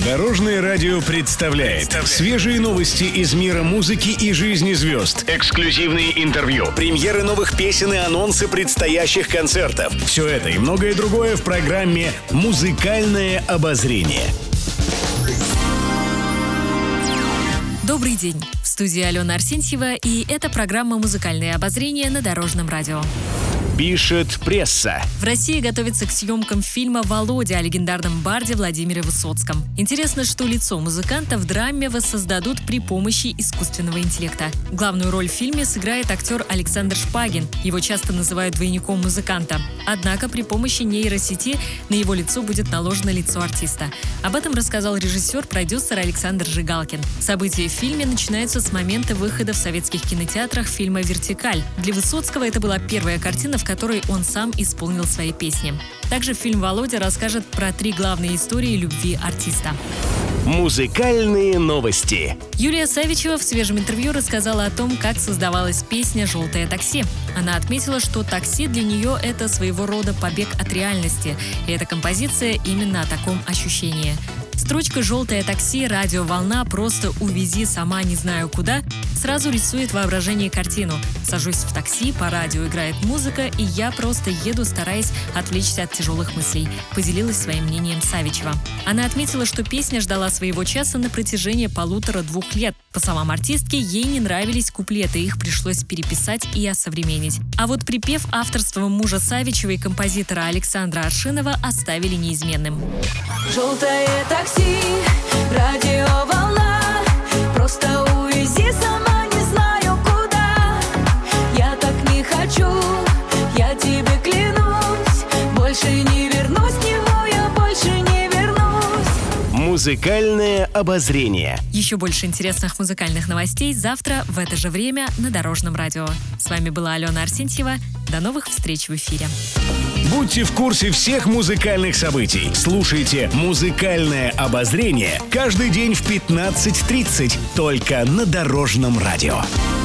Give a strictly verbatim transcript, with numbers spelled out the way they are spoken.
Дорожное радио представляет свежие новости из мира музыки и жизни звезд. Эксклюзивные интервью, премьеры новых песен и анонсы предстоящих концертов. Все это и многое другое в программе «Музыкальное обозрение». Добрый день! В студии Алена Арсентьева, и это программа «Музыкальное обозрение» на Дорожном радио. Пишет пресса. В России готовится к съемкам фильма «Володя» о легендарном барде Владимире Высоцком. Интересно, что лицо музыканта в драме воссоздадут при помощи искусственного интеллекта. Главную роль в фильме сыграет актер Александр Шпагин. Его часто называют двойником музыканта. Однако при помощи нейросети на его лицо будет наложено лицо артиста. Об этом рассказал режиссер, продюсер Александр Жигалкин. События в фильме начинаются с момента выхода в советских кинотеатрах фильма «Вертикаль». Для Высоцкого это была первая картина, в которой он сам исполнил свои песни. Также фильм «Володя» расскажет про три главные истории любви артиста. Музыкальные новости. Юлия Савичева в свежем интервью рассказала о том, как создавалась песня «Желтое такси». Она отметила, что такси для нее – это своего рода побег от реальности, и эта композиция именно о таком ощущении. Строчка «Желтое такси», «Радиоволна», «Просто увези сама не знаю куда» сразу рисует воображение картину. Сажусь в такси, по радио играет музыка, и я просто еду, стараясь отвлечься от тяжелых мыслей, поделилась своим мнением Савичева. Она отметила, что песня ждала своего часа на протяжении полутора-двух лет. По словам артистки, ей не нравились куплеты, их пришлось переписать и осовременить. А вот припев авторства мужа Савичева и композитора Александра Аршинова оставили неизменным. Желтое такси, радиоволна, просто увези сама не знаю куда. Я так не хочу, я тебе клянусь, больше не вернусь к нему, я больше не вернусь. Музыкальное обозрение. Еще больше интересных музыкальных новостей завтра в это же время на Дорожном радио. С вами была Алена Арсентьева. До новых встреч в эфире. Будьте в курсе всех музыкальных событий. Слушайте «Музыкальное обозрение» каждый день в пятнадцать тридцать только на Дорожном радио.